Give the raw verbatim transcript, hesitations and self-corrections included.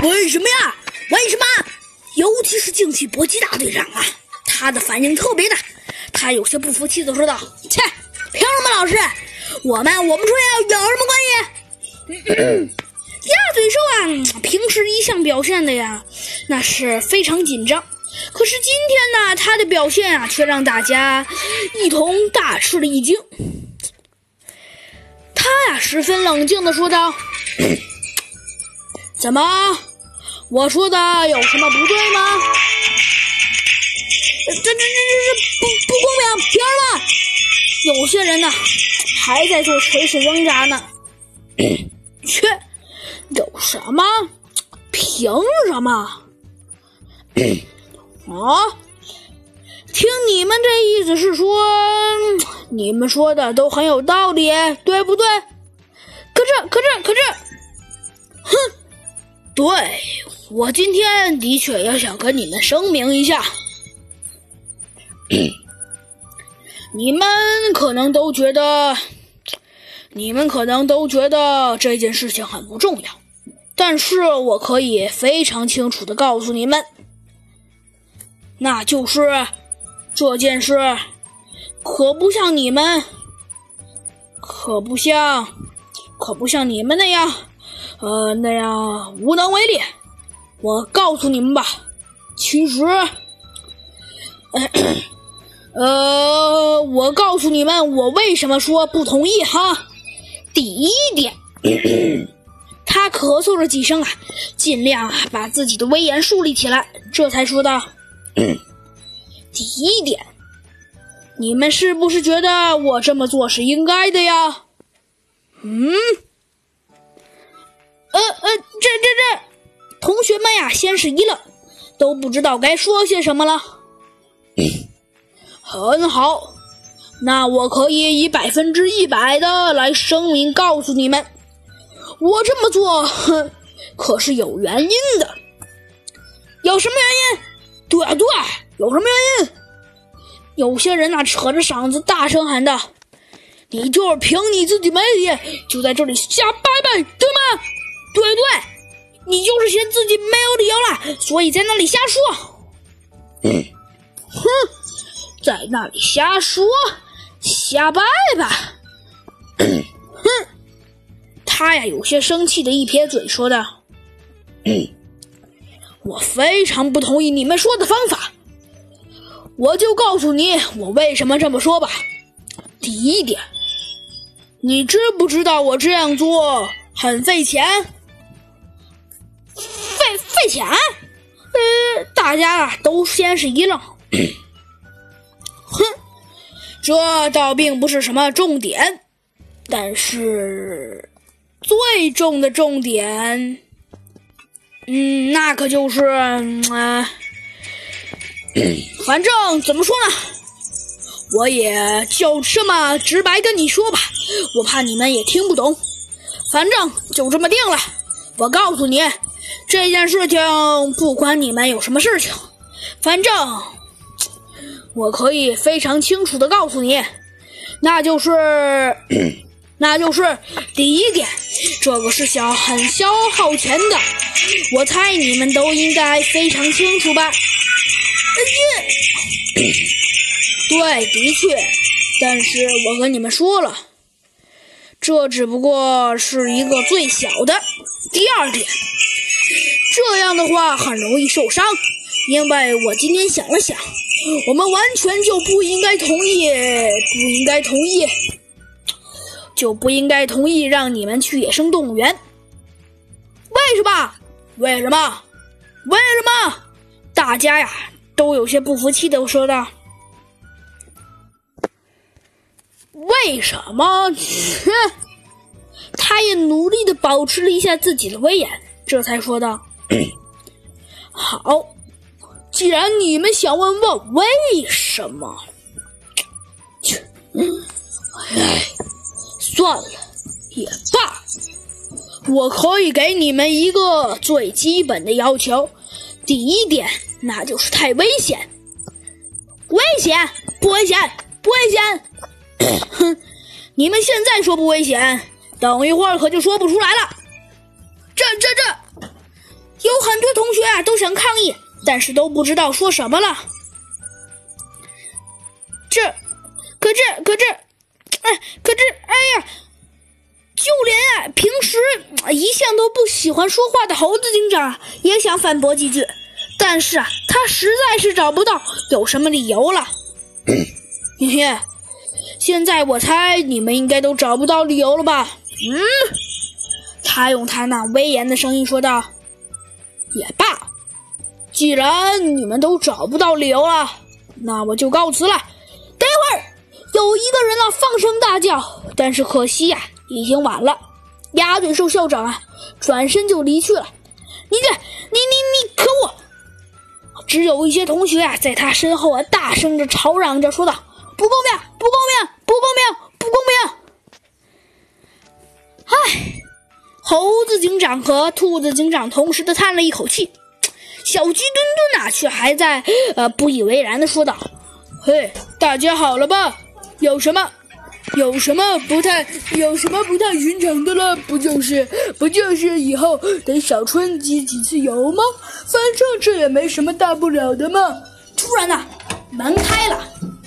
为什么呀？为什么？尤其是竞技搏击大队长啊，他的反应特别大，他有些不服气的说道：“切，凭什么老师？我们我们说要有什么关系？”嗯嗯鸭嘴兽啊，平时一向表现的呀，那是非常紧张。可是今天呢，他的表现啊，却让大家一同大吃了一惊。他呀，十分冷静地说道：“怎么？我说的有什么不对吗？这这这这是不不公平，凭什么？有些人呢，还在做垂死挣扎呢。切，有什么？凭什么？啊？听你们这意思是说，你们说的都很有道理，对不对？可是，可是，可是，哼，对，我今天的确要想跟你们声明一下，你们可能都觉得，你们可能都觉得这件事情很不重要，但是我可以非常清楚地告诉你们，那就是这件事可不像你们，可不像，可不像你们那样，呃，那样无能为力。我告诉你们吧，其实，呃，呃我告诉你们，我为什么说不同意哈。第一点，他咳嗽了几声啊，尽量啊把自己的威严树立起来，这才说道：第一点，你们是不是觉得我这么做是应该的呀？嗯，呃呃，这这这，同学们呀，先是一愣，都不知道该说些什么了。很好，那我可以以百分之一百的来声明告诉你们，我这么做哼可是有原因的。有什么原因？对对，有什么原因？有些人呐，扯着嗓子大声喊道：“你就是凭你自己没理，就在这里瞎掰掰，对吗？对对，你就是嫌自己没有理由了，所以在那里瞎说。”嗯，哼，在那里瞎说，瞎掰掰。哼，他呀有些生气的一撇嘴说道：“嗯，我非常不同意你们说的方法。我就告诉你，我为什么这么说吧。第一点，你知不知道我这样做很费钱？费费钱？呃，大家啊都先是一愣。哼，这倒并不是什么重点，但是最重的重点，嗯，那可就是，嗯。呃反正怎么说呢，我也就这么直白跟你说吧，我怕你们也听不懂。反正就这么定了。我告诉你，这件事情不管你们有什么事情，反正我可以非常清楚的告诉你，那就是那就是第一点，这个是小很消耗钱的，我猜你们都应该非常清楚吧。对，的确，但是我跟你们说了，这只不过是一个最小的。第二点，这样的话很容易受伤，因为我今天想了想，我们完全就不应该同意，不应该同意，就不应该同意让你们去野生动物园。为什么？为什么？为什么？大家呀都有些不服气的说道：“为什么？”他也努力的保持了一下自己的威严，这才说道：“好，既然你们想问问为什么，哎，算了，也罢，我可以给你们一个最基本的要求。第一点，那就是太危险。危险？不危险，不危险。哼，你们现在说不危险，等一会儿可就说不出来了。这这这， 有很多同学啊都想抗议，但是都不知道说什么了。这，可这，可这，哎，可这，哎呀，就连啊平时一向都不喜欢说话的猴子警长也想反驳几句，但是啊，他实在是找不到有什么理由了。嘿嘿，现在我猜你们应该都找不到理由了吧？嗯，他用他那威严的声音说道。也罢，既然你们都找不到理由了，那我就告辞了。等一会儿，有一个人啊放声大叫，但是可惜呀、啊，已经晚了。鸭嘴兽校长啊，转身就离去了。你这，你你你可恶！只有一些同学啊，在他身后啊，大声的吵嚷着说道：“不公平，不公平，不公平，不公平！”唉。猴子警长和兔子警长同时的叹了一口气，小鸡墩墩啊却还在呃不以为然的说道：“嘿，大家好了吧？有什么有什么不太有什么不太寻常的了？不就是不就是以后得少穿几几次油吗？反正这也没什么大不了的嘛。”突然呢、啊，门开了。